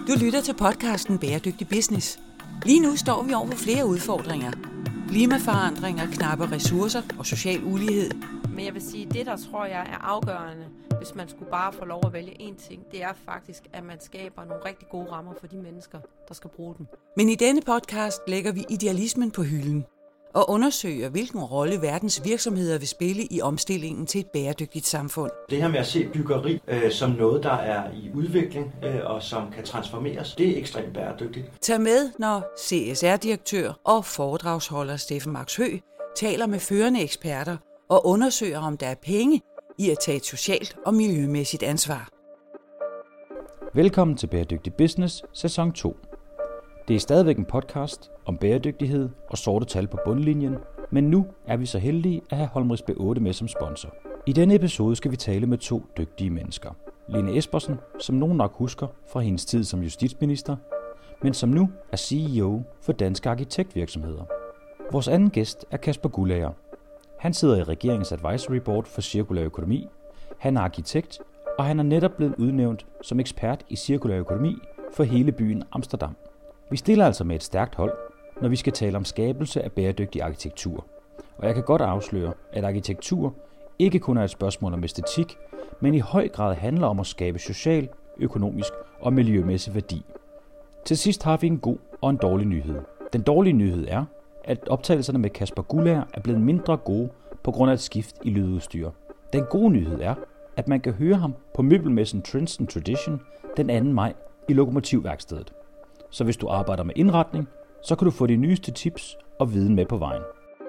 Du lytter til podcasten Bæredygtig Business. Lige nu står vi over for flere udfordringer. Klimaforandringer, knappe ressourcer og social ulighed. Men jeg vil sige, det der tror jeg er afgørende, hvis man skulle bare få lov at vælge én ting, det er faktisk, at man skaber nogle rigtig gode rammer for de mennesker, der skal bruge den. Men i denne podcast lægger vi idealismen på hylden og undersøger, hvilken rolle verdens virksomheder vil spille i omstillingen til et bæredygtigt samfund. Det her med at se byggeri som noget, der er i udvikling og som kan transformeres, det er ekstremt bæredygtigt. Tag med, når CSR-direktør og foredragsholder Steffen Max Høgh taler med førende eksperter og undersøger, om der er penge i at tage et socialt og miljømæssigt ansvar. Velkommen til Bæredygtig Business, sæson 2. Det er stadigvæk en podcast om bæredygtighed og sorte tal på bundlinjen, men nu er vi så heldige at have Holmris B8 med som sponsor. I denne episode skal vi tale med to dygtige mennesker. Lene Espersen, som nogen nok husker fra hendes tid som justitsminister, men som nu er CEO for Danske Arkitektvirksomheder. Vores anden gæst er Kasper Guldager. Han sidder i regeringens Advisory Board for cirkulær økonomi. Han er arkitekt, og han er netop blevet udnævnt som ekspert i cirkulær økonomi for hele byen Amsterdam. Vi stiller altså med et stærkt hold, når vi skal tale om skabelse af bæredygtig arkitektur. Og jeg kan godt afsløre, at arkitektur ikke kun er et spørgsmål om æstetik, men i høj grad handler om at skabe social, økonomisk og miljømæssig værdi. Til sidst har vi en god og en dårlig nyhed. Den dårlige nyhed er, at optagelserne med Kasper Guldager er blevet mindre gode på grund af et skift i lydudstyr. Den gode nyhed er, at man kan høre ham på møbelmessen Trends and Tradition den 2. maj i Lokomotivværkstedet. Så hvis du arbejder med indretning, så kan du få de nyeste tips og viden med på vejen.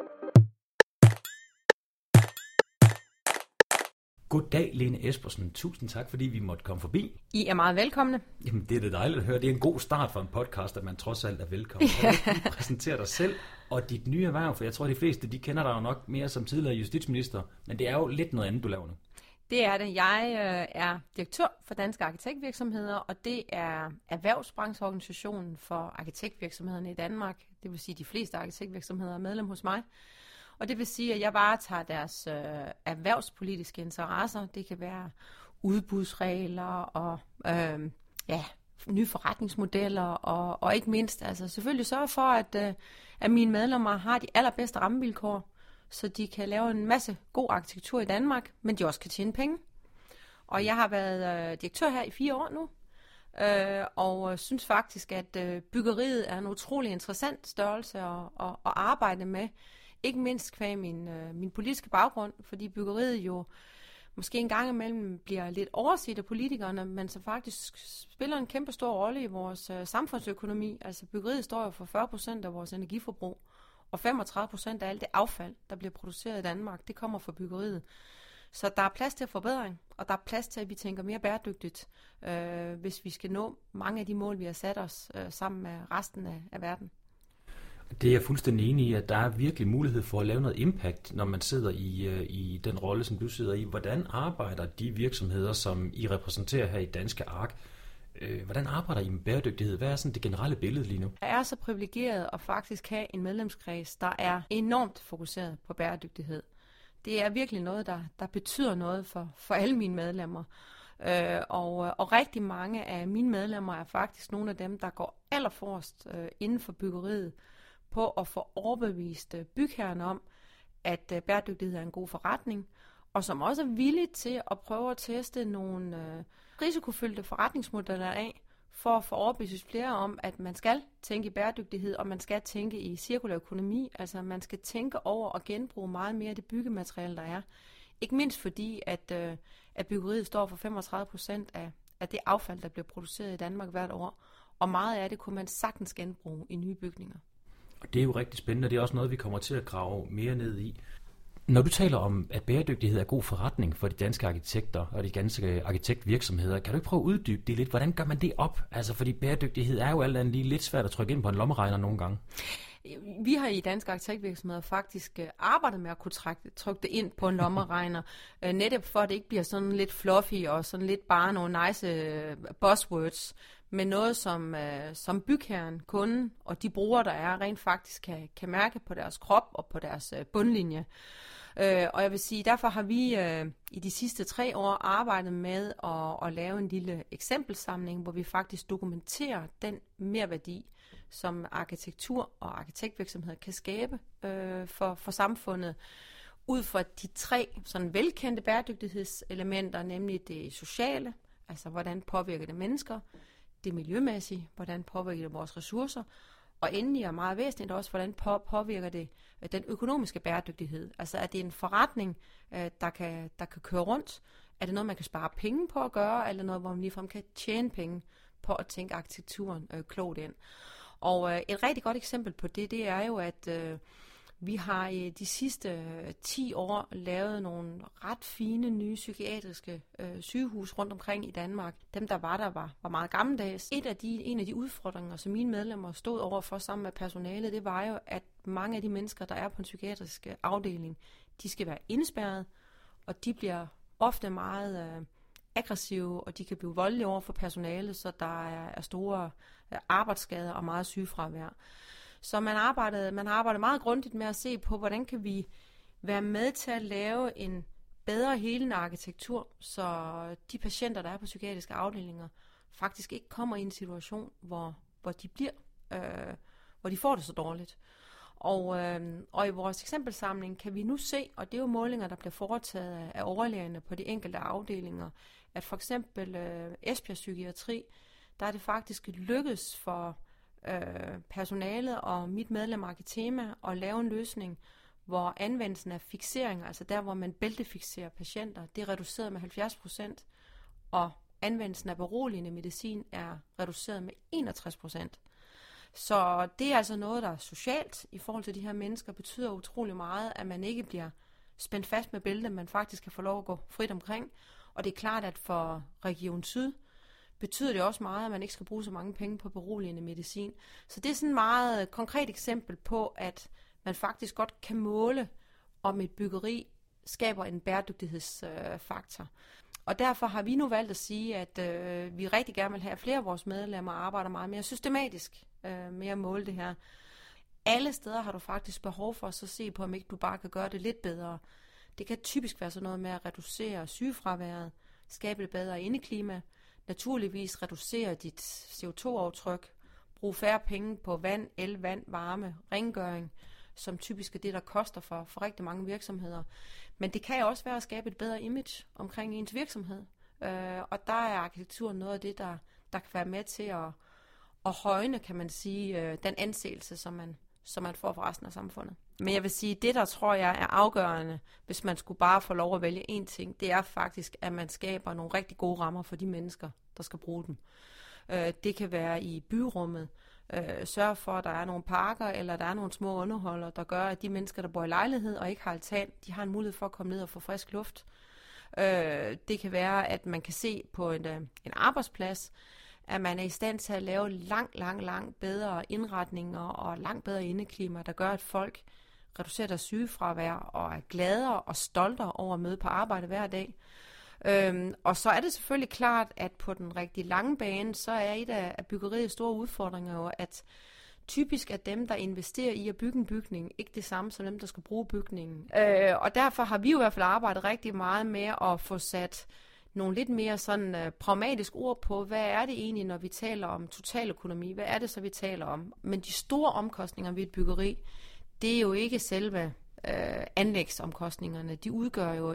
Goddag, Lene Espersen. Tusind tak, fordi vi måtte komme forbi. I er meget velkomne. Jamen, det er da dejligt at høre. Det er en god start for en podcast, at man trods alt er velkommen. Ja. Du præsenterer dig selv og dit nye erhverv, for jeg tror, de fleste de kender dig jo nok mere som tidligere justitsminister, men det er jo lidt noget andet, du laver nu. Det er det. Jeg er direktør for Danske Arkitektvirksomheder, og det er erhvervsbrancheorganisationen for arkitektvirksomhederne i Danmark. Det vil sige, at de fleste arkitektvirksomheder er medlem hos mig. Og det vil sige, at jeg varetager deres erhvervspolitiske interesser. Det kan være udbudsregler og nye forretningsmodeller og ikke mindst altså selvfølgelig sørge for, at mine medlemmer har de allerbedste rammevilkår, så de kan lave en masse god arkitektur i Danmark, men de også kan tjene penge. Og jeg har været direktør her i 4 år nu, og synes faktisk, at byggeriet er en utrolig interessant størrelse at arbejde med. Ikke mindst kvæg min politiske baggrund, fordi byggeriet jo måske en gang imellem bliver lidt overset af politikerne, men som faktisk spiller en kæmpe stor rolle i vores samfundsøkonomi. Altså byggeriet står jo for 40% af vores energiforbrug, og 35% af alt det affald, der bliver produceret i Danmark, det kommer fra byggeriet. Så der er plads til forbedring, og der er plads til, at vi tænker mere bæredygtigt, hvis vi skal nå mange af de mål, vi har sat os sammen med resten af verden. Det er jeg fuldstændig enig i, at der er virkelig mulighed for at lave noget impact, når man sidder i den rolle, som du sidder i. Hvordan arbejder de virksomheder, som I repræsenterer her i Danske Ark? Hvordan arbejder I med bæredygtighed? Hvad er sådan det generelle billede lige nu? Jeg er så privilegeret at faktisk have en medlemskreds, der er enormt fokuseret på bæredygtighed. Det er virkelig noget, der betyder noget for alle mine medlemmer. Og rigtig mange af mine medlemmer er faktisk nogle af dem, der går allerforrest inden for byggeriet på at få overbevist bygherren om, at bæredygtighed er en god forretning, og som også er villige til at prøve at teste nogle risikofyldte forretningsmodeller af, for at få overbevist flere om, at man skal tænke i bæredygtighed, og man skal tænke i cirkulær økonomi, altså man skal tænke over at genbruge meget mere af det byggemateriale, der er. Ikke mindst fordi, at byggeriet står for 35% af det affald, der bliver produceret i Danmark hvert år, og meget af det kunne man sagtens genbruge i nye bygninger. Og det er jo rigtig spændende, og det er også noget, vi kommer til at grave mere ned i. Når du taler om, at bæredygtighed er god forretning for de danske arkitekter og de danske arkitektvirksomheder, kan du ikke prøve at uddybe det lidt? Hvordan gør man det op? Altså, fordi bæredygtighed er jo alt andet lige lidt svært at trykke ind på en lommeregner nogle gange. Vi har i danske arkitektvirksomheder faktisk arbejdet med at kunne trykke det ind på en lommeregner, netop for at det ikke bliver sådan lidt fluffy og sådan lidt bare nogle nice buzzwords, men noget som bygherren, kunden og de brugere, der er, rent faktisk kan mærke på deres krop og på deres bundlinje. Og jeg vil sige, derfor har vi i de sidste 3 år arbejdet med at lave en lille eksempelsamling, hvor vi faktisk dokumenterer den merværdi, som arkitektur og arkitektvirksomheder kan skabe for samfundet, ud fra de 3 sådan velkendte bæredygtighedselementer, nemlig det sociale, altså hvordan påvirker det mennesker, det miljømæssige, hvordan påvirker det vores ressourcer, og endelig er meget væsentligt også, hvordan påvirker det den økonomiske bæredygtighed. Altså er det en forretning, der kan køre rundt? Er det noget, man kan spare penge på at gøre, eller noget, hvor man ligefrem kan tjene penge på at tænke arkitekturen klogt ind? Og et rigtig godt eksempel på det er jo, at vi har i de sidste 10 år lavet nogle ret fine nye psykiatriske sygehus rundt omkring i Danmark. Dem, der var meget gammeldags. En af de udfordringer, som mine medlemmer stod overfor sammen med personalet, det var jo, at mange af de mennesker, der er på en psykiatrisk afdeling, de skal være indespærret, og de bliver ofte meget aggressive, og de kan blive voldelige over for personalet, så der er store arbejdsskader og meget sygefravær. Så man har arbejdet meget grundigt med at se på, hvordan kan vi være med til at lave en bedre helende arkitektur, så de patienter, der er på psykiatriske afdelinger, faktisk ikke kommer i en situation, hvor de får det så dårligt. Og i vores eksempelsamling kan vi nu se, og det er jo målinger, der bliver foretaget af overlægerne på de enkelte afdelinger, at for eksempel Esbjerg Psykiatri, der er det faktisk lykkedes for personalet og mit medlem Arkitema at lave en løsning, hvor anvendelsen af fikseringer, altså der, hvor man bæltefikserer patienter, det er reduceret med 70%, og anvendelsen af beroligende medicin er reduceret med 61%. Så det er altså noget, der er socialt i forhold til de her mennesker, betyder utrolig meget, at man ikke bliver spændt fast med bælte, man faktisk kan få lov at gå frit omkring. Og det er klart, at for Region Syd betyder det også meget, at man ikke skal bruge så mange penge på beroligende medicin. Så det er sådan et meget konkret eksempel på, at man faktisk godt kan måle, om et byggeri skaber en bæredygtighedsfaktor. Og derfor har vi nu valgt at sige, at vi rigtig gerne vil have, at flere af vores medlemmer arbejder meget mere systematisk med at måle det her. Alle steder har du faktisk behov for at så se på, om ikke du bare kan gøre det lidt bedre. Det kan typisk være sådan noget med at reducere sygefraværet, skabe et bedre indeklima, naturligvis reducere dit CO2-aftryk, bruge færre penge på vand, el, vand, varme, rengøring, som typisk er det, der koster for rigtig mange virksomheder. Men det kan jo også være at skabe et bedre image omkring ens virksomhed. Og der er arkitekturen noget af det, der kan være med til at højne, kan man sige, den anseelse, som man får fra resten af samfundet. Men jeg vil sige, det der tror jeg er afgørende, hvis man skulle bare få lov at vælge én ting, det er faktisk, at man skaber nogle rigtig gode rammer for de mennesker, der skal bruge dem. Det kan være i byrummet. Sørg for, at der er nogle parker, eller der er nogle små underholder, der gør, at de mennesker, der bor i lejlighed og ikke har altan, de har en mulighed for at komme ned og få frisk luft. Det kan være, at man kan se på en arbejdsplads, at man er i stand til at lave langt bedre indretninger og langt bedre indeklima, der gør, at folk reducerer deres sygefravær og er gladere og stoltere over at møde på arbejde hver dag. Og så er det selvfølgelig klart, at på den rigtig lange bane, så er et af byggeriets store udfordringer jo, at typisk er dem, der investerer i at bygge en bygning, ikke det samme som dem, der skal bruge bygningen. Og derfor har vi jo i hvert fald arbejdet rigtig meget med at få sat nogle lidt mere sådan pragmatiske ord på, hvad er det egentlig, når vi taler om totaløkonomi? Hvad er det så, vi taler om? Men de store omkostninger ved et byggeri, det er jo ikke selve anlægsomkostningerne. De udgør jo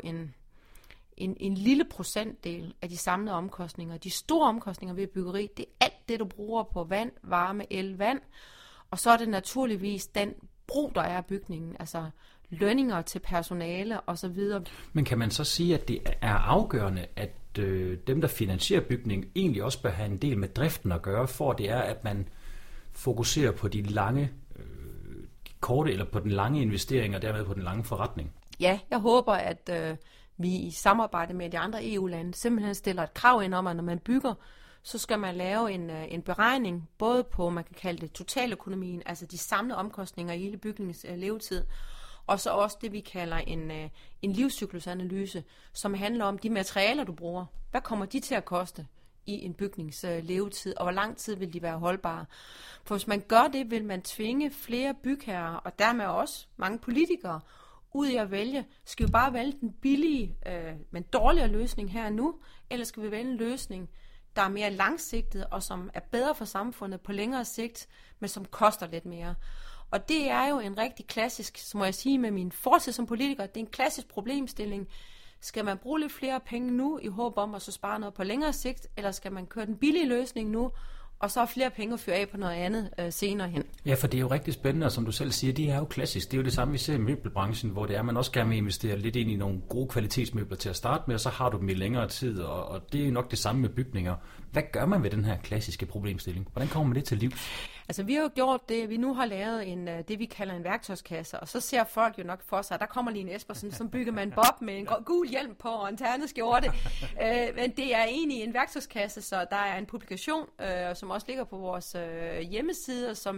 en lille procentdel af de samlede omkostninger. De store omkostninger ved et byggeri, det er alt det, du bruger på vand, varme, el, vand. Og så er det naturligvis den brug, der er af bygningen, altså lønninger til personale osv. Men kan man så sige, at det er afgørende, at dem, der finansierer bygningen, egentlig også bør have en del med driften at gøre, for det er, at man fokuserer på de lange, de korte eller på den lange investering og dermed på den lange forretning? Ja, jeg håber, at vi i samarbejde med de andre EU-lande simpelthen stiller et krav ind om, at når man bygger, så skal man lave en beregning, både på, man kan kalde det totaløkonomien, altså de samlede omkostninger i hele bygningens levetid, og så også det, vi kalder en livscyklusanalyse, som handler om de materialer, du bruger. Hvad kommer de til at koste i en bygnings levetid, og hvor lang tid vil de være holdbare? For hvis man gør det, vil man tvinge flere bygherrer, og dermed også mange politikere, ud i at vælge, skal vi bare vælge den billige, men dårligere løsning her og nu, eller skal vi vælge en løsning, der er mere langsigtet, og som er bedre for samfundet på længere sigt, men som koster lidt mere. Og det er jo en rigtig klassisk, så må jeg sige med min fortid som politiker, det er en klassisk problemstilling. Skal man bruge lidt flere penge nu, i håb om at så spare noget på længere sigt, eller skal man køre den billige løsning nu, og så flere penge at fyre af på noget andet senere hen. Ja, for det er jo rigtig spændende, og som du selv siger, det er jo klassisk. Det er jo det samme, vi ser i møbelbranchen, hvor det er, man også gerne vil investere lidt ind i nogle gode kvalitetsmøbler til at starte med, og så har du dem i længere tid, og det er jo nok det samme med bygninger. Hvad gør man ved den her klassiske problemstilling? Hvordan kommer man det til livs? Altså, vi har jo gjort det, vi nu har lavet det, vi kalder en værktøjskasse, og så ser folk jo nok for sig, at der kommer Line Espersen, som bygger med en bob med en gul hjelm på og en ternet skjorte. Men det er egentlig en værktøjskasse, så der er en publikation, som også ligger på vores hjemmeside, som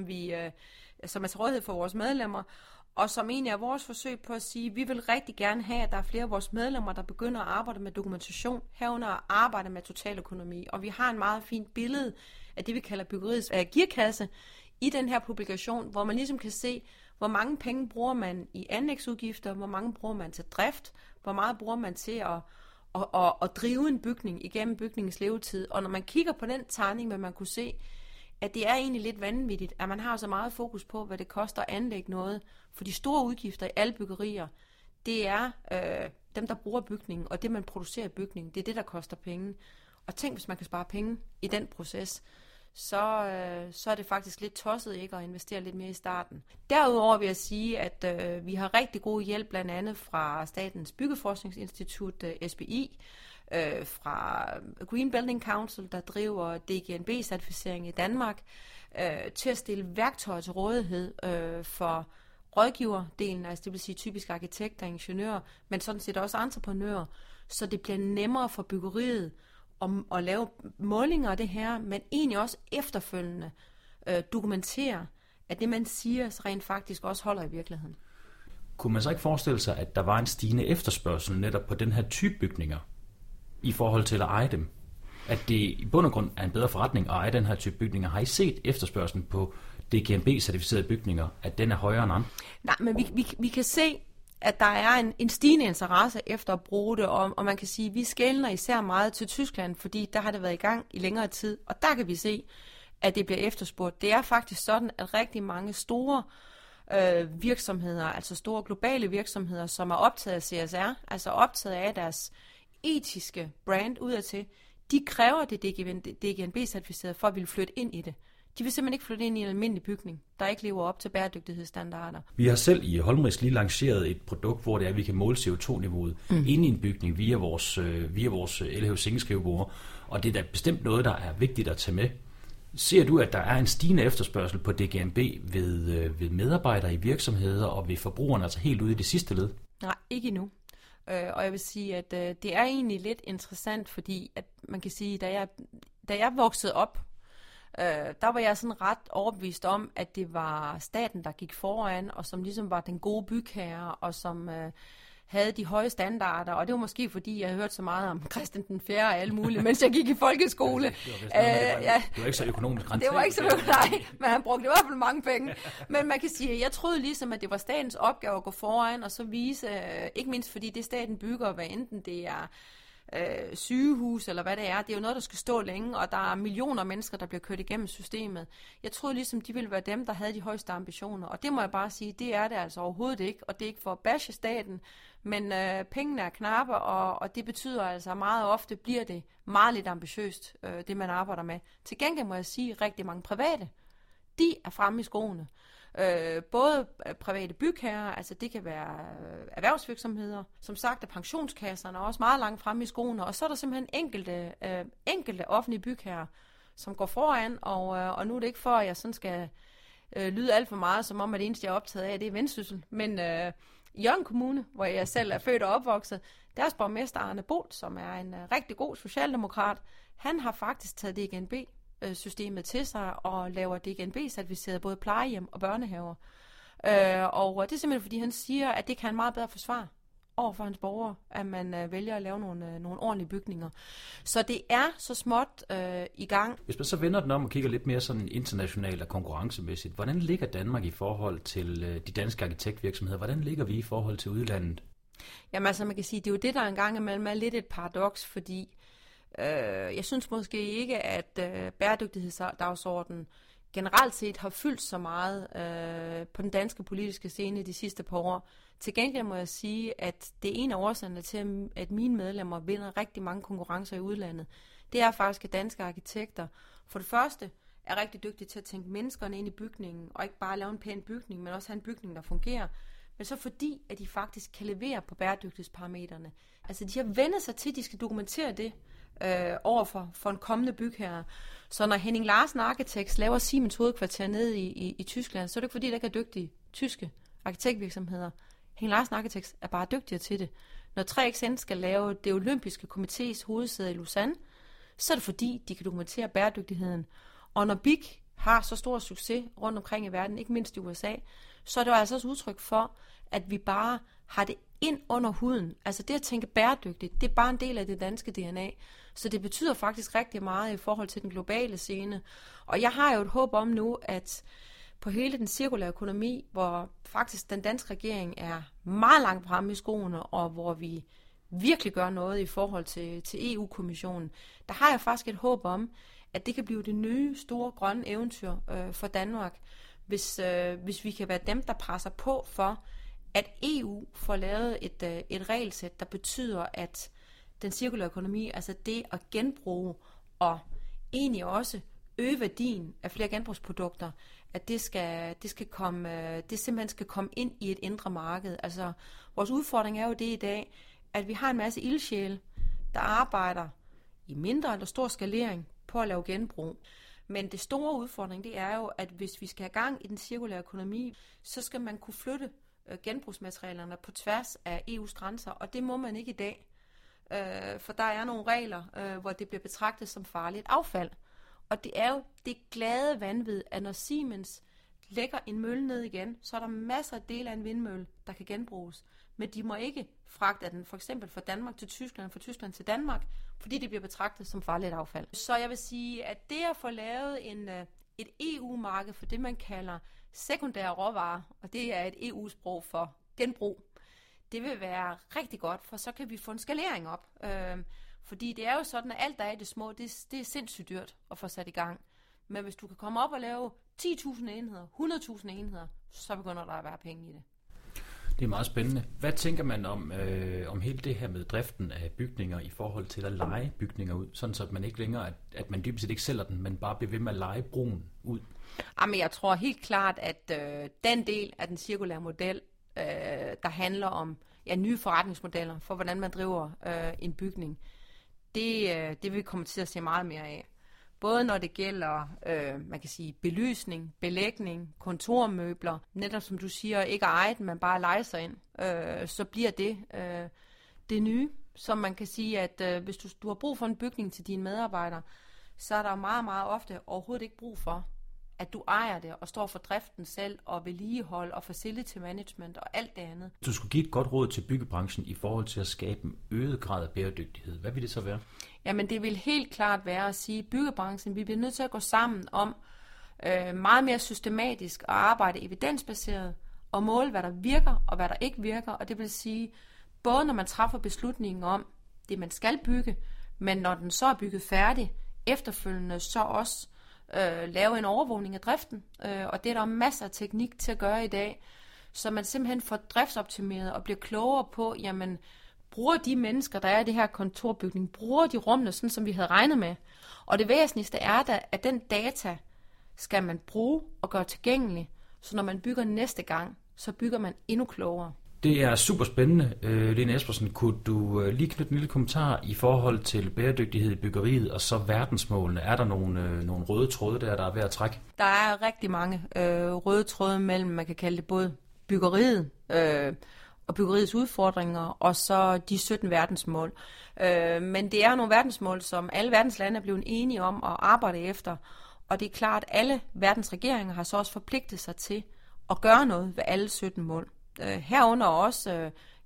er til rådighed for vores medlemmer, og som egentlig er vores forsøg på at sige, at vi vil rigtig gerne have, at der er flere af vores medlemmer, der begynder at arbejde med dokumentation, herunder at arbejde med totaløkonomi. Og vi har en meget fint billede af det, vi kalder byggeriets gearkasse i den her publikation, hvor man ligesom kan se, hvor mange penge bruger man i anlægsudgifter, hvor mange bruger man til drift, hvor meget bruger man til at drive en bygning igennem bygningens levetid. Og når man kigger på den tegning, vil man kunne se, at det er egentlig lidt vanvittigt, at man har så meget fokus på, hvad det koster at anlægge noget. For de store udgifter i alle byggerier, det er dem, der bruger bygningen, og det, man producerer i bygningen, det er det, der koster penge. Og tænk, hvis man kan spare penge i den proces, så er det faktisk lidt tosset ikke at investere lidt mere i starten. Derudover vil jeg sige, at vi har rigtig god hjælp, blandt andet fra Statens Byggeforskningsinstitut, SBI, fra Green Building Council, der driver DGNB-certificering i Danmark, til at stille værktøjer til rådighed for rådgiverdelen, altså det vil sige typisk arkitekter og ingeniører, men sådan set også entreprenører, så det bliver nemmere for byggeriet at lave målinger af det her, men egentlig også efterfølgende dokumentere, at det man siger rent faktisk også holder i virkeligheden. Kunne man så ikke forestille sig, at der var en stigende efterspørgsel netop på den her type bygninger, i forhold til at eje dem? At det i bund og grund er en bedre forretning at eje den her type bygninger. Har I set efterspørgselen på DGNB-certificerede bygninger, at den er højere end andre? Nej, men vi kan se, at der er en stigende interesse efter at bruge det, og man kan sige, at vi skelner især meget til Tyskland, fordi der har det været i gang i længere tid, og der kan vi se, at det bliver efterspurgt. Det er faktisk sådan, at rigtig mange store virksomheder, altså store globale virksomheder, som er optaget af CSR, altså optaget af deres etiske brand udadtil, de kræver det DGNB-certificeret for at ville flytte ind i det. De vil simpelthen ikke flytte ind i en almindelig bygning, der ikke lever op til bæredygtighedsstandarder. Vi har selv i Holmris lige lanceret et produkt, hvor det er, at vi kan måle CO2-niveauet inde i en bygning via vores LH-sengeskriverbord, og det er da bestemt noget, der er vigtigt at tage med. Ser du, at der er en stigende efterspørgsel på DGNB ved medarbejdere i virksomheder og ved forbrugerne, altså helt ude i det sidste led? Nej, ikke endnu. Og jeg vil sige, at det er egentlig lidt interessant, fordi at man kan sige, da jeg voksede op, der var jeg sådan ret overbevist om, at det var staten, der gik foran, og som ligesom var den gode bygherre, og som havde de høje standarder. Og det var måske, fordi jeg havde hørt så meget om Christian den 4. og alle mulige, mens jeg gik i folkeskole. Det var ikke så økonomisk rentabelt. Det var ikke så økonomisk, men han brugte i hvert fald mange penge. Men man kan sige, at jeg troede ligesom, at det var statens opgave at gå foran, og så vise, ikke mindst fordi det staten bygger, hvad enten det er sygehus eller hvad det er. Det er jo noget, der skal stå længe, og der er millioner af mennesker, der bliver kørt igennem systemet. Jeg troede ligesom, de ville være dem, der havde de højeste ambitioner, og det må jeg bare sige, det er det altså overhovedet ikke, og det er ikke for at bashe staten, men pengene er knappe, og det betyder altså meget ofte bliver det meget lidt ambitiøst, det man arbejder med. Til gengæld må jeg sige, at rigtig mange private, de er fremme i skoene. Både private bygherrer, altså det kan være erhvervsvirksomheder, som sagt er pensionskasserne også meget langt fremme i skoene, og så er der simpelthen enkelte offentlige bygherrer, som går foran, og nu er det ikke for, at jeg sådan skal lyde alt for meget, som om at det eneste, jeg er optaget af, det er Vendsyssel, men i Hjørring Kommune, hvor jeg selv er født og opvokset, deres borgmester Arne Bolt, som er en rigtig god socialdemokrat, han har faktisk taget DGNB-systemet til sig og laver DGNB-certificeret både plejehjem og børnehaver. Og det er simpelthen, fordi han siger, at det kan han meget bedre forsvare. over for hans borgere, at man vælger at lave nogle ordentlige bygninger. Så det er så småt i gang. Hvis man så vender den om og kigger lidt mere sådan internationalt og konkurrencemæssigt, hvordan ligger Danmark i forhold til de danske arkitektvirksomheder? Hvordan ligger vi i forhold til udlandet? Jamen altså, man kan sige, det er jo det, der engang imellem er lidt et paradoks, fordi jeg synes måske ikke, at bæredygtighedsdagsordenen generelt set har fyldt så meget på den danske politiske scene de sidste par år. Til gengæld må jeg sige, at det er en af årsagerne til, at mine medlemmer vinder rigtig mange konkurrencer i udlandet. Det er faktisk, at danske arkitekter for det første er rigtig dygtige til at tænke menneskerne ind i bygningen, og ikke bare lave en pæn bygning, men også have en bygning, der fungerer. Men så fordi, at de faktisk kan levere på bæredygtighedsparametrene. Altså de har vendt sig til, at de skal dokumentere det over for en kommende bygherre. Så når Henning Larsen Architects laver Siemens hovedkvarter nede i Tyskland, så er det ikke fordi, der ikke er dygtige tyske arkitektvirksomheder. Henning Larsen Architects er bare dygtigere til det. Når 3XN skal lave det olympiske komités hovedsæde i Lausanne, så er det fordi, de kan dokumentere bæredygtigheden. Og når BIG har så stor succes rundt omkring i verden, ikke mindst i USA, så er det jo altså også udtryk for, at vi bare har det ind under huden. Altså det at tænke bæredygtigt, det er bare en del af det danske DNA. Så det betyder faktisk rigtig meget i forhold til den globale scene. Og jeg har jo et håb om nu, at på hele den cirkulære økonomi, hvor faktisk den danske regering er meget langt fremme i skoene, og hvor vi virkelig gør noget i forhold til EU-kommissionen, der har jeg faktisk et håb om, at det kan blive det nye store grønne eventyr for Danmark, hvis vi kan være dem, der presser på for, at EU får lavet et regelsæt, der betyder, at den cirkulære økonomi, altså det at genbruge og egentlig også øge værdien af flere genbrugsprodukter, at det simpelthen skal komme ind i et indre marked. Altså vores udfordring er jo det i dag, at vi har en masse ildsjæle, der arbejder i mindre eller stor skalering på at lave genbrug. Men det store udfordring, det er jo, at hvis vi skal have gang i den cirkulære økonomi, så skal man kunne flytte genbrugsmaterialerne på tværs af EU's grænser, og det må man ikke i dag. For der er nogle regler, hvor det bliver betragtet som farligt affald. Og det er jo det glade vanvid, at når Siemens lægger en mølle ned igen, så er der masser af dele af en vindmølle, der kan genbruges. Men de må ikke fragte den for eksempel fra Danmark til Tyskland, fra Tyskland til Danmark, fordi det bliver betragtet som farligt affald. Så jeg vil sige, at det at få lavet et EU-marked for det, man kalder sekundære råvarer, og det er et EU-sprog for genbrug, det vil være rigtig godt, for så kan vi få en skalering op. Fordi det er jo sådan, at alt der er i det små, det er sindssygt dyrt at få sat i gang. Men hvis du kan komme op og lave 10.000 enheder, 100.000 enheder, så begynder der at være penge i det. Det er meget spændende. Hvad tænker man om hele det her med driften af bygninger i forhold til at leje bygninger ud, sådan så at man ikke længere, at man dybest set ikke sælger den, men bare bliver ved med at leje broen ud? Jamen, jeg tror helt klart, at den del af den cirkulære model, der handler om nye forretningsmodeller for, hvordan man driver en bygning, det vil vi komme til at se meget mere af. Både når det gælder, man kan sige, belysning, belægning, kontormøbler, netop som du siger, ikke eje den, men bare leje sig ind, så bliver det nye. Som man kan sige, at hvis du har brug for en bygning til dine medarbejdere, så er der meget, meget ofte overhovedet ikke brug for, at du ejer det og står for driften selv og vedligehold og facility management og alt det andet. Du skulle give et godt råd til byggebranchen i forhold til at skabe en øget grad af bæredygtighed. Hvad vil det så være? Jamen det vil helt klart være at sige, at byggebranchen, vi bliver nødt til at gå sammen om meget mere systematisk at arbejde evidensbaseret og måle, hvad der virker og hvad der ikke virker. Og det vil sige, både når man træffer beslutningen om det, man skal bygge, men når den så er bygget færdig, efterfølgende så også lave en overvågning af driften, og det er der masser af teknik til at gøre i dag, så man simpelthen får driftsoptimeret og bliver klogere på, jamen, bruger de mennesker, der er i det her kontorbygning, bruger de rummene, sådan som vi havde regnet med. Og det væsentligste er da, at den data skal man bruge og gøre tilgængelig, så når man bygger næste gang, så bygger man endnu klogere. Det er super spændende. Lene Espersen, kunne du lige knytte en lille kommentar i forhold til bæredygtighed i byggeriet og så verdensmålene? Er der nogle røde tråde der er ved at trække? Der er rigtig mange røde tråde mellem, man kan kalde det både byggeriet og byggeriets udfordringer og så de 17 verdensmål. Men det er nogle verdensmål, som alle verdens lande er blevet enige om at arbejde efter. Og det er klart, at alle verdens regeringer har så også forpligtet sig til at gøre noget ved alle 17 mål. Herunder også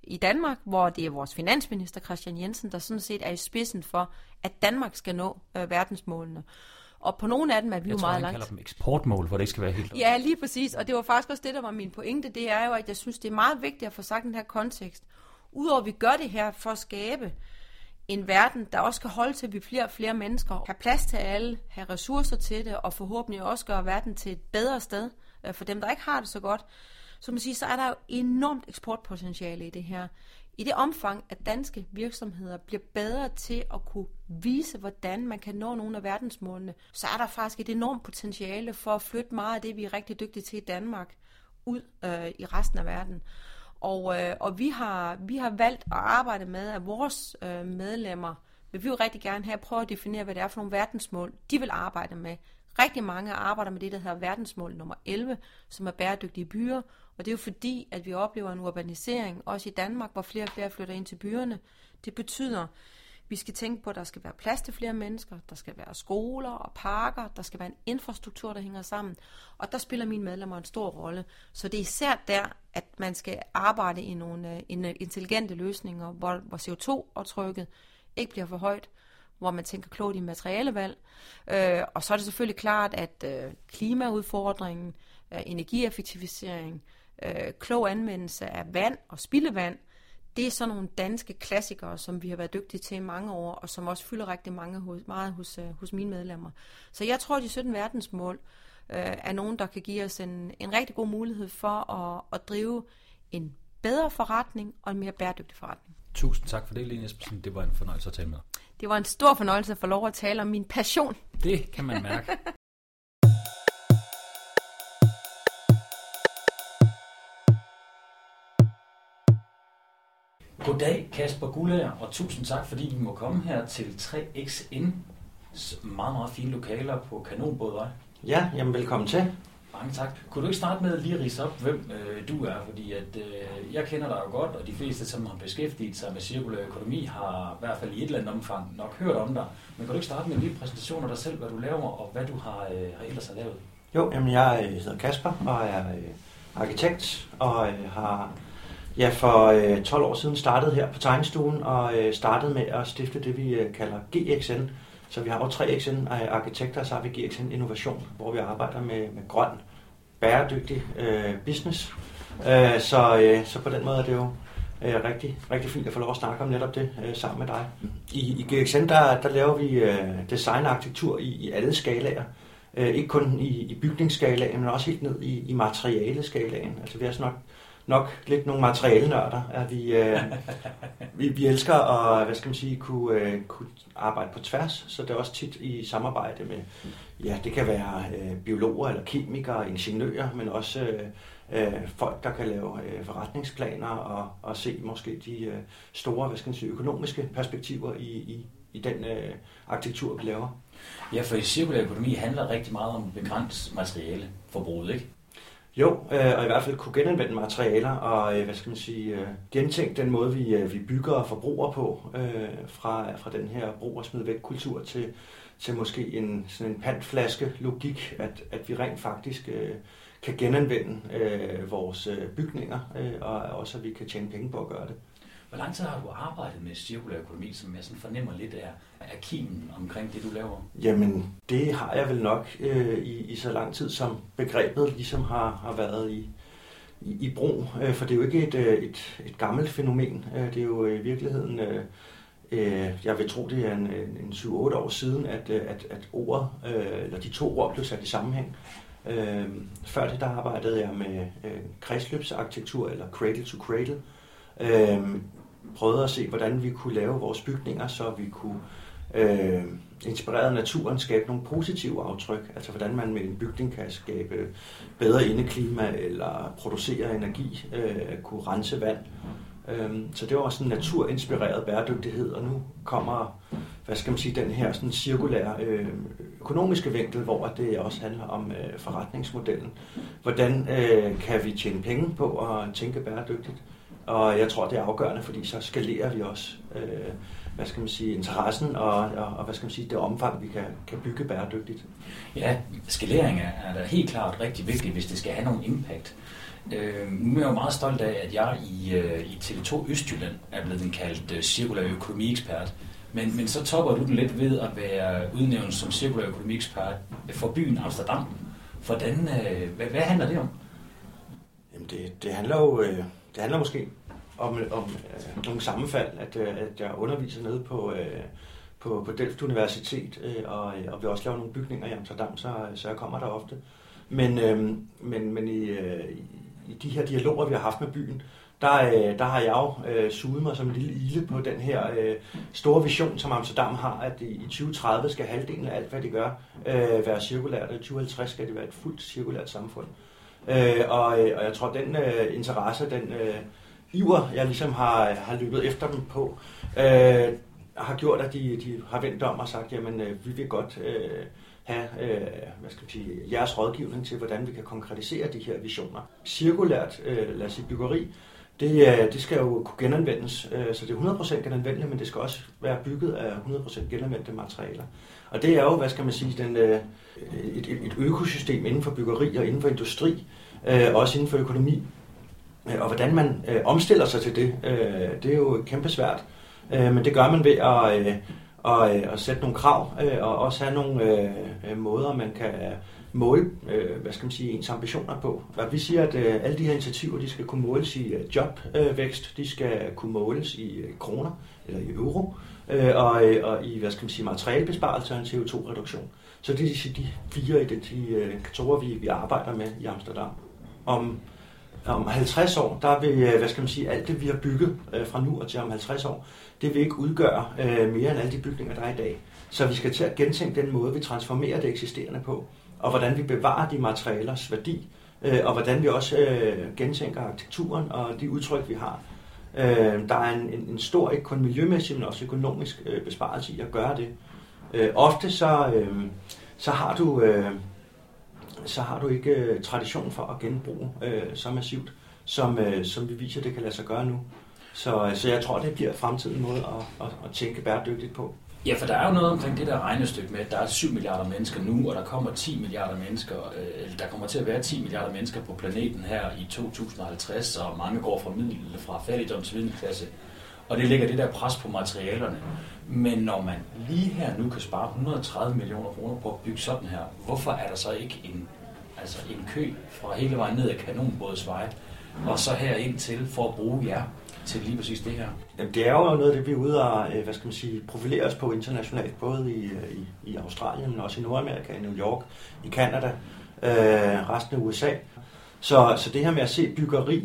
i Danmark, hvor det er vores finansminister Kristian Jensen, der sådan set er i spidsen for, at Danmark skal nå verdensmålene. Og på nogle af dem er vi jo meget langt. Jeg kalder dem eksportmål, hvor det ikke skal være helt. Ja, lige præcis. Og det var faktisk også det, der var min pointe. Det er jo, at jeg synes, det er meget vigtigt at få sagt den her kontekst. Udover at vi gør det her for at skabe en verden, der også kan holde til, at vi flere og flere mennesker, have plads til alle, have ressourcer til det, og forhåbentlig også gøre verden til et bedre sted for dem, der ikke har det så godt. Så man siger, så er der jo enormt eksportpotentiale i det her. I det omfang, at danske virksomheder bliver bedre til at kunne vise, hvordan man kan nå nogle af verdensmålene, så er der faktisk et enormt potentiale for at flytte meget af det, vi er rigtig dygtige til i Danmark, ud i resten af verden. Og vi har valgt at arbejde med, at vores medlemmer vil vi jo rigtig gerne have prøve at definere, hvad det er for nogle verdensmål, de vil arbejde med. Rigtig mange arbejder med det, der hedder verdensmål nummer 11, som er bæredygtige byer. Og det er jo fordi, at vi oplever en urbanisering, også i Danmark, hvor flere og flere flytter ind til byerne. Det betyder, at vi skal tænke på, at der skal være plads til flere mennesker, der skal være skoler og parker, der skal være en infrastruktur, der hænger sammen. Og der spiller mine medlemmer en stor rolle. Så det er især der, at man skal arbejde i nogle intelligente løsninger, hvor CO2-aftrykket ikke bliver for højt, hvor man tænker klogt i materialevalg. Og så er det selvfølgelig klart, at klimaudfordringen, energieffektivisering, klog anvendelse af vand og spildevand, det er sådan nogle danske klassikere, som vi har været dygtige til i mange år, og som også fylder rigtig meget hos mine medlemmer. Så jeg tror, at de 17 verdensmål er nogen, der kan give os en rigtig god mulighed for at drive en bedre forretning og en mere bæredygtig forretning. Tusind tak for det, Lene Espersen. Det var en fornøjelse at tale med. Det var en stor fornøjelse at få lov at tale om min passion. Det kan man mærke. Goddag, Kasper Guldager, og tusind tak, fordi vi må komme her til 3XN's meget, meget fine lokaler på Kanonbådvej. Ja, jamen velkommen til. Mange tak. Kunne du ikke starte med at lige ridse op, hvem du er? Fordi at, jeg kender dig jo godt, og de fleste, som har beskæftiget sig med cirkulær økonomi, har i hvert fald i et eller andet omfang nok hørt om dig. Men kan du ikke starte med en lille præsentation af dig selv, hvad du laver, og hvad du har ellers har lavet? Jo, jamen jeg hedder Kasper, og er arkitekt, og har for 12 år siden startet her på tegnestuen, og startet med at stifte det, vi kalder GXN. Så vi har jo 3XN arkitekter, og så har vi GXN Innovation, hvor vi arbejder med grøn, bæredygtig business. Så på den måde er det jo rigtig, rigtig fint at få lov at snakke om netop det sammen med dig. I GXN der laver vi design og arkitektur i alle skalaer. Ikke kun i bygningsskalaen, men også helt ned i materialeskalaen. Altså vi er sådan nok lidt nogle materialenørder, at vi elsker at kunne arbejde på tværs, så det er også tit i samarbejde med, det kan være biologer eller kemikere, ingeniører, men også folk, der kan lave forretningsplaner og se måske de store, økonomiske perspektiver i den arkitektur, vi laver. Ja, for i cirkulær økonomi handler rigtig meget om begrænset materialeforbruget, ikke? Jo, og i hvert fald kunne genanvende materialer og gentænke den måde, vi bygger og forbruger på, fra den her brug og smid væk kultur til måske en pantflaske logik, at vi rent faktisk kan genanvende vores bygninger, og også at vi kan tjene penge på at gøre det. Hvor lang tid har du arbejdet med cirkulær økonomi, som jeg sådan fornemmer lidt af kimen omkring det, du laver? Jamen, det har jeg vel nok i så lang tid, som begrebet ligesom har været i brug. For det er jo ikke et gammelt fænomen. Det er jo i virkeligheden, jeg vil tro, det er en 7-8 år siden, at ordet, eller de to ord blev sat i sammenhæng. Før det, der arbejdede jeg med kredsløbsarkitektur, eller cradle to cradle. Prøvede at se, hvordan vi kunne lave vores bygninger, så vi kunne inspireret af naturen skabe nogle positive aftryk. Altså hvordan man med en bygning kan skabe bedre indeklima eller producere energi, kunne rense vand. Så det var også en naturinspireret bæredygtighed, og nu kommer den her sådan cirkulære økonomiske vinkel, hvor det også handler om forretningsmodellen. Hvordan kan vi tjene penge på at tænke bæredygtigt? Og jeg tror, det er afgørende, fordi så skalerer vi også interessen og det omfang, vi kan bygge bæredygtigt. Ja, skalering er da helt klart rigtig vigtigt, hvis det skal have nogen impact. Nu er jeg jo meget stolt af, at jeg i TV2 Østjylland er blevet kaldt cirkulær økonomiekspert. Men så topper du den lidt ved at være udnævnt som cirkulær økonomiekspert for byen Amsterdam. Hvad handler det om? Jamen det handler måske om nogle sammenfald, at jeg underviser nede på Delft Universitet, og vi også laver nogle bygninger i Amsterdam, så jeg kommer der ofte. Men i de her dialoger, vi har haft med byen, der har jeg jo suget mig som en lille ile på den her store vision, som Amsterdam har, at i 2030 skal halvdelen af alt, hvad det gør, være cirkulært, og i 2050 skal det være et fuldt cirkulært samfund. Og jeg tror, den interesse, den iver, jeg ligesom har løbet efter dem på, har gjort, at de har vendt om og sagt, jamen vi vil godt have jeres rådgivning til, hvordan vi kan konkretisere de her visioner. Cirkulært, lad os sige byggeri, det skal jo kunne genanvendes, så det er 100% genanvendeligt, men det skal også være bygget af 100% genanvendte materialer. Og det er jo, et økosystem inden for byggeri og inden for industri, også inden for økonomi. Og hvordan man omstiller sig til det, det er jo kæmpesvært. Men det gør man ved at sætte nogle krav, og også have nogle måder, man kan måle ens ambitioner på. Og vi siger, at alle de her initiativer, de skal kunne måles i jobvækst, de skal kunne måles i kroner eller i euro, og i materialebesparelse og en CO2-reduktion. Så det er de fire indikatorer, vi arbejder med i Amsterdam. Om 50 år, der vil, alt det, vi har bygget fra nu og til om 50 år, det vil ikke udgøre mere end alle de bygninger, der er i dag. Så vi skal til at gentænke den måde, vi transformerer det eksisterende på, og hvordan vi bevarer de materialers værdi, og hvordan vi også gentænker arkitekturen og de udtryk, vi har. Der er en stor, ikke kun miljømæssig, men også økonomisk besparelse i at gøre det. Ofte så har du ikke tradition for at genbruge så massivt, som vi viser, det kan lade sig gøre nu. Så jeg tror, det bliver fremtiden måde at tænke bæredygtigt på. Ja, for der er jo noget omkring det der regnestykke med, at der er 7 milliarder mennesker nu, og der kommer 10 milliarder mennesker, der kommer til at være 10 milliarder mennesker på planeten her i 2050, og mange går fra fattigdom til middelklasse. Og det lægger det der pres på materialerne. Men når man lige her nu kan spare 130 millioner kroner på at bygge sådan her, hvorfor er der så ikke en kø fra hele vejen ned ad Kanonbådsvej, og så her ind til for at bruge jer til lige præcis det her? Jamen, det er jo noget af det, vi er ude og profilere os på internationalt, både i Australien, men også i Nordamerika, i New York, i Canada, resten af USA. Så det her med at se byggeri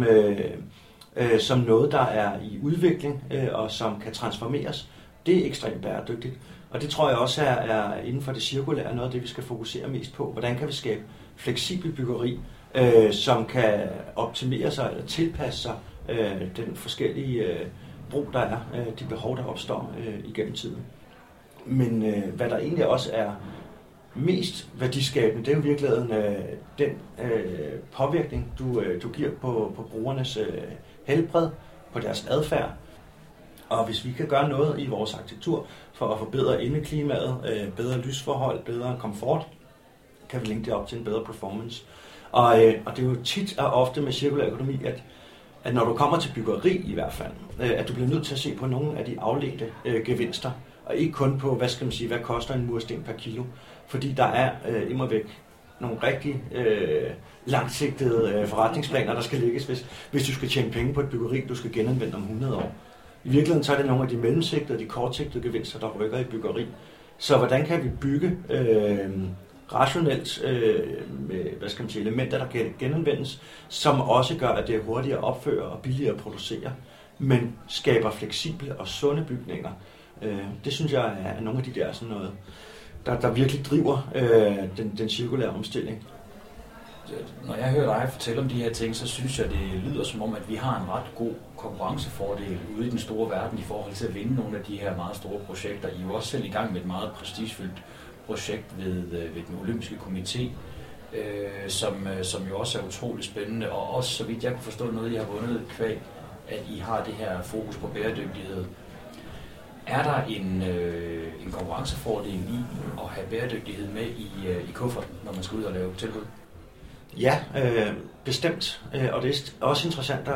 som noget, der er i udvikling, og som kan transformeres, det er ekstremt bæredygtigt. Og det tror jeg også er inden for det cirkulære noget af det, vi skal fokusere mest på. Hvordan kan vi skabe fleksibel byggeri, som kan optimere sig eller tilpasse sig den forskellige brug, der er, de behov, der opstår igennem tiden. Men hvad der egentlig også er mest værdiskabende, det er jo i virkeligheden den påvirkning, du giver på brugernes helbred, på deres adfærd. Og hvis vi kan gøre noget i vores arkitektur for at forbedre indeklimaet, bedre lysforhold, bedre komfort, kan vi linke det op til en bedre performance. Og det er jo tit og ofte med cirkulær økonomi, at når du kommer til byggeri i hvert fald, at du bliver nødt til at se på nogle af de afledte gevinster, og ikke kun på, hvad koster en mursten per kilo. Fordi der er immervæk nogle rigtig langsigtede forretningsplaner, der skal lægges, hvis du skal tjene penge på et byggeri, du skal genanvende om 100 år. I virkeligheden så er det nogle af de mellemsigtede og de kortsigtede gevinster, der rykker i byggeri. Så hvordan kan vi bygge rationelt med elementer, der kan genanvendes, som også gør, at det er hurtigere at opføre og billigere at producere, men skaber fleksible og sunde bygninger. Det synes jeg er nogle af de der sådan noget, der virkelig driver den cirkulære omstilling. Når jeg hører dig fortælle om de her ting, så synes jeg, det lyder som om, at vi har en ret god konkurrencefordel ude i den store verden i forhold til at vinde nogle af de her meget store projekter. I er jo også selv i gang med et meget prestigefyldt projekt ved den olympiske komité, som jo også er utrolig spændende, og også, så vidt jeg kan forstå, noget, I har vundet kvæg, at I har det her fokus på bæredygtighed. Er der en konkurrencefordel i at have bæredygtighed med i kufferten, når man skal ud og lave tilbud? Ja, bestemt. Og det er også interessant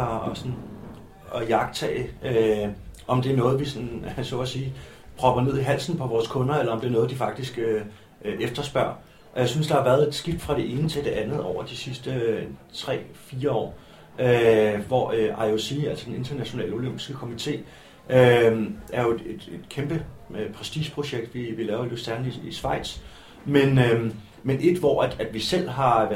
at jagttage, om det er noget, vi sådan, så at sige, propper ned i halsen på vores kunder, eller om det er noget, de faktisk efterspørger. Og jeg synes, der har været et skift fra det ene til det andet over de sidste 3-4 år, hvor IOC, altså den internationale olympiske komité, er jo et kæmpe prestigeprojekt, vi laver i Lucerne i Schweiz. Men et, hvor at vi selv har,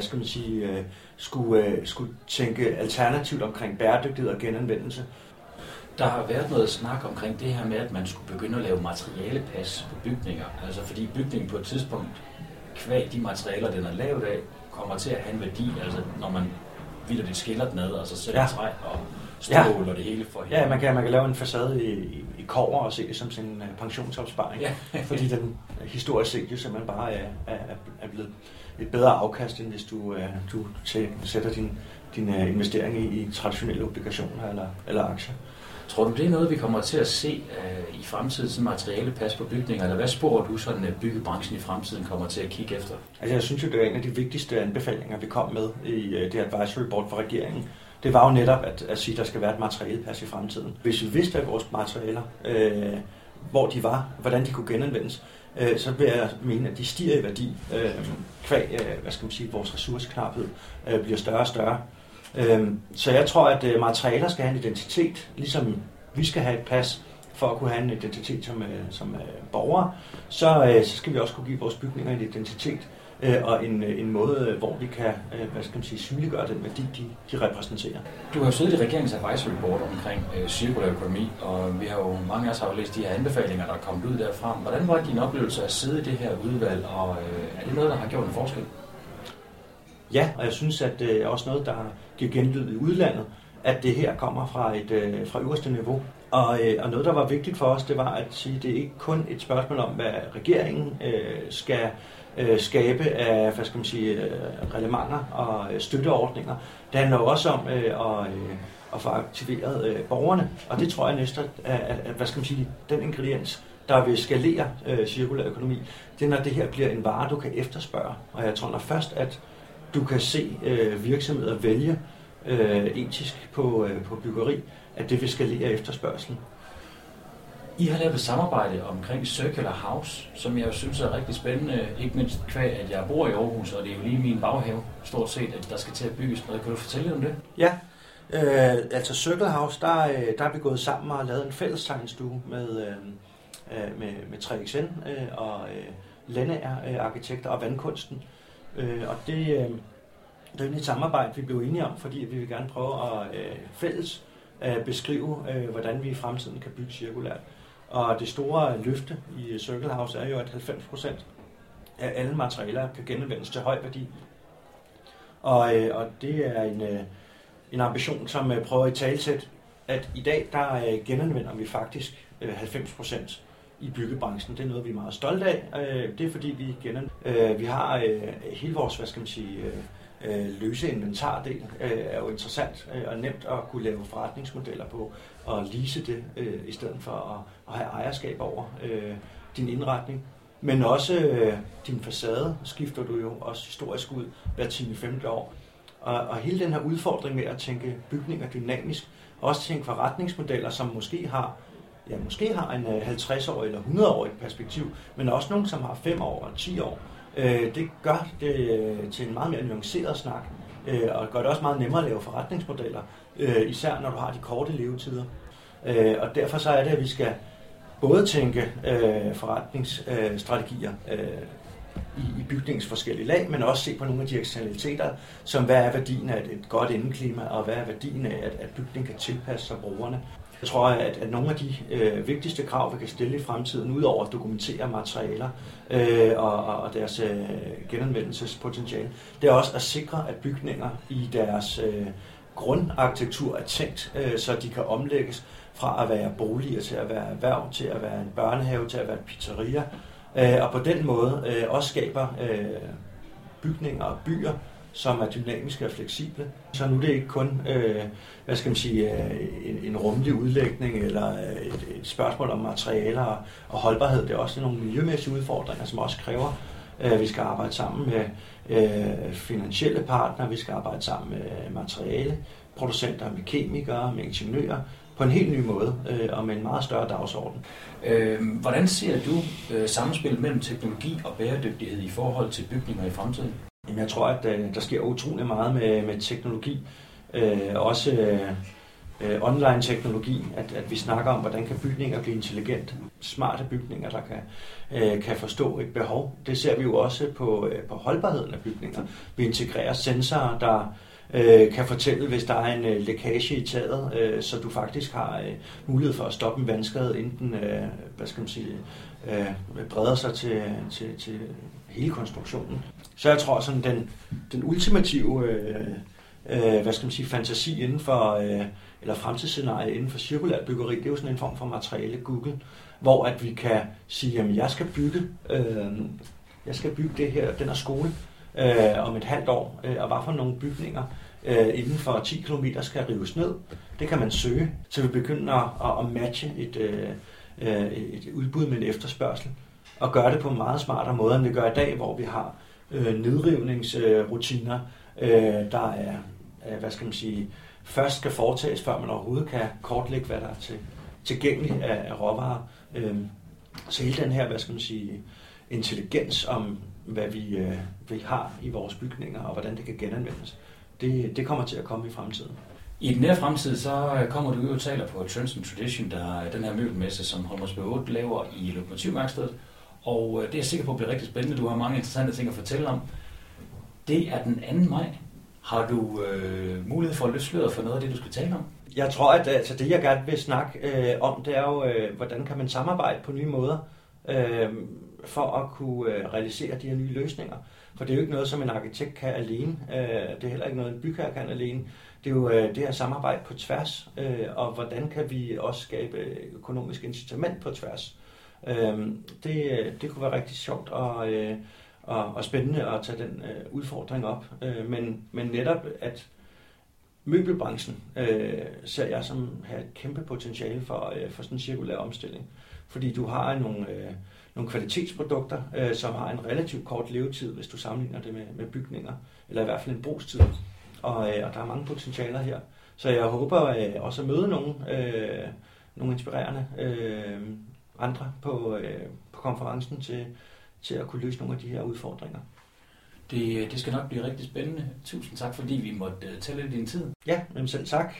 skulle tænke alternativt omkring bæredygtighed og genanvendelse. Der har været noget snak omkring det her med, at man skulle begynde at lave materialepas på bygninger. Altså fordi bygningen på et tidspunkt, kvæg de materialer, den er lavet af, kommer til at have en værdi. Altså når man vildt skiller den ad, altså selv træ og stål og det hele for hele. Ja, man kan lave en facade i kobber og se det som sådan en pensionsopsparing. Ja. Fordi den historisk set jo simpelthen bare er blevet et bedre afkast, end hvis du sætter din investering i traditionelle obligationer eller aktier. Tror du, det er noget, vi kommer til at se i fremtiden, sådan materialepas på bygninger? Eller hvad spår du sådan, at byggebranchen i fremtiden kommer til at kigge efter? Altså, jeg synes jo, det er en af de vigtigste anbefalinger, vi kom med i det advisory board for regeringen. Det var jo netop at sige, at der skal være et materialepas i fremtiden. Hvis vi vidste, at vores materialer, hvor de var, hvordan de kunne genanvendes, så vil jeg mene, at de stiger i værdi. Kvæg, vores ressourceknaphed bliver større og større. Så jeg tror, at materialer skal have en identitet, ligesom vi skal have et pas for at kunne have en identitet som borgere, så skal vi også kunne give vores bygninger en identitet og en måde, hvor vi kan synliggøre den værdi, de repræsenterer. Du har jo siddet i regeringens advisory board omkring cirkulær økonomi, og vi har jo mange af os har jo læst de her anbefalinger, der er kommet ud derfra. Hvordan var din oplevelse at sidde i det her udvalg, og er det noget, der har gjort en forskel? Ja, og jeg synes, at det er også noget, der giver genlyd i udlandet, at det her kommer fra øverste niveau. Og noget, der var vigtigt for os, det var at sige, at det er ikke kun et spørgsmål om, hvad regeringen skal skabe af reglementer og støtteordninger. Det handler jo også om at få aktiveret borgerne, og det tror jeg næsten, at den ingrediens, der vil skalere cirkulær økonomi, det er, når det her bliver en vare, du kan efterspørge. Og jeg tror, når først, at du kan se virksomheder vælge etisk på byggeri, at det vil skalere efterspørgselen. I har lavet et samarbejde omkring Circular House, som jeg synes er rigtig spændende, ikke mindst kvæg, at jeg bor i Aarhus, og det er jo lige min baghave, stort set, at der skal til at bygges noget. Kan du fortælle lidt om det? Ja, altså Circular House, der er vi gået sammen og lavet en fælles tegnestue med 3XN og Lennager arkitekter og Vandkunsten. Og det er et samarbejde, vi blev enige om, fordi vi vil gerne prøve at fælles beskrive, hvordan vi i fremtiden kan bygge cirkulært. Og det store løfte i Circular House er jo, at 90% af alle materialer kan genanvendes til høj værdi. Og det er en ambition, som prøver at italesætte, at i dag der genanvender vi faktisk 90% i byggebranchen. Det er noget, vi er meget stolte af. Det er fordi, vi har hele vores, løse inventardel er jo interessant og nemt at kunne lave forretningsmodeller på og lease det, i stedet for at have ejerskab over din indretning. Men også din facade skifter du jo også historisk ud hver 10-15 år. Og hele den her udfordring med at tænke bygninger dynamisk, og også tænke forretningsmodeller, som måske har en 50-årig eller 100-årig perspektiv, men også nogle, som har 5 år og 10 år. Det gør det til en meget mere nuanceret snak, og gør det også meget nemmere at lave forretningsmodeller, især når du har de korte levetider. Og derfor så er det, at vi skal både tænke forretningsstrategier i bygningens forskellige lag, men også se på nogle af de eksternaliteter, som hvad er værdien af et godt indeklima, og hvad er værdien af, at bygningen kan tilpasse sig brugerne. Jeg tror, at nogle af de vigtigste krav, vi kan stille i fremtiden, udover at dokumentere materialer og deres genanvendelsespotentiale, det er også at sikre, at bygninger i deres grundarkitektur er tænkt, så de kan omlægges fra at være boliger til at være erhverv, til at være en børnehave, til at være en pizzeria, og på den måde også skaber bygninger og byer, som er dynamiske og fleksible. Så nu er det ikke kun en rummelig udlægning eller et spørgsmål om materialer og holdbarhed. Det er også nogle miljømæssige udfordringer, som også kræver Vi skal arbejde sammen med finansielle partnere, vi skal arbejde sammen med materialeproducenter, med kemikere, med ingeniører, på en helt ny måde og med en meget større dagsorden. Hvordan ser du samspillet mellem teknologi og bæredygtighed i forhold til bygninger i fremtiden? Jamen, jeg tror, at der sker utrolig meget med teknologi. Også online teknologi, at vi snakker om, hvordan kan bygninger blive intelligente, smarte bygninger, der kan forstå et behov. Det ser vi jo også på holdbarheden af bygninger. Vi integrerer sensorer, der kan fortælle, hvis der er en lækage i taget, så du faktisk har mulighed for at stoppe en vandskade, inden den breder sig til hele konstruktionen. Så jeg tror, sådan den ultimative fantasi inden for, eller fremtidsscenarie inden for cirkulært byggeri, det er jo sådan en form for materiale Google, hvor at vi kan sige, jamen jeg skal bygge det her, den her skole om et halvt år, og hvad for nogle bygninger inden for 10 km skal rives ned. Det kan man søge, så vi begynder at matche et udbud med en efterspørgsel, og gøre det på en meget smartere måde, end vi gør i dag, hvor vi har nedrivningsrutiner, der er, først skal foretages, før man overhovedet kan kortlægge, hvad der er tilgængeligt af råvarer. Så hele den her, intelligens om, hvad vi har i vores bygninger, og hvordan det kan genanvendes, det kommer til at komme i fremtiden. I den nære fremtid, så kommer du jo og taler på Trends and Tradition, der er den her møbelmesse, som Holmsbø 8 laver i Lokomotivværkstedet. Og det er jeg sikker på bliver rigtig spændende. Du har mange interessante ting at fortælle om. Det er den 2. maj. Har du mulighed for at løfte sløret for noget af det, du skal tale om? Jeg tror, at det jeg gerne vil snakke om, det er jo, hvordan kan man samarbejde på nye måder for at kunne realisere de her nye løsninger. For det er jo ikke noget, som en arkitekt kan alene. Det er heller ikke noget, en bygherre kan alene. Det er jo det her samarbejde på tværs, og hvordan kan vi også skabe økonomisk incitament på tværs. Det kunne være rigtig sjovt og spændende at tage den udfordring op. Men netop, at møbelbranchen ser jeg som har et kæmpe potentiale for sådan en cirkulær omstilling. Fordi du har nogle kvalitetsprodukter, som har en relativt kort levetid, hvis du sammenligner det med bygninger, eller i hvert fald en brugstid. Og der er mange potentialer her. Så jeg håber også at møde nogle inspirerende andre på konferencen til at kunne løse nogle af de her udfordringer. Det skal nok blive rigtig spændende. Tusind tak, fordi vi måtte tage lidt din tid. Ja, men selv tak.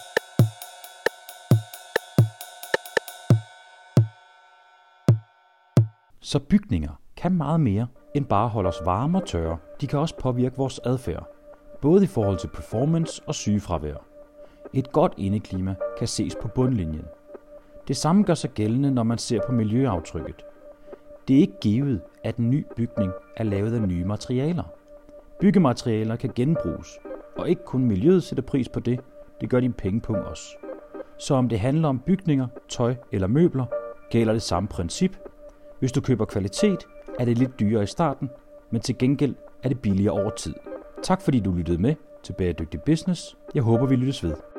Så bygninger kan meget mere end bare holde os varme og tørre. De kan også påvirke vores adfærd, både i forhold til performance og sygefravær. Et godt indeklima kan ses på bundlinjen. Det samme gør sig gældende, når man ser på miljøaftrykket. Det er ikke givet, at en ny bygning er lavet af nye materialer. Byggematerialer kan genbruges, og ikke kun miljøet sætter pris på det, det gør din pengepunkt også. Så om det handler om bygninger, tøj eller møbler, gælder det samme princip. Hvis du køber kvalitet, er det lidt dyrere i starten, men til gengæld er det billigere over tid. Tak fordi du lyttede med til Bæredygtig Business. Jeg håber, vi lyttes ved.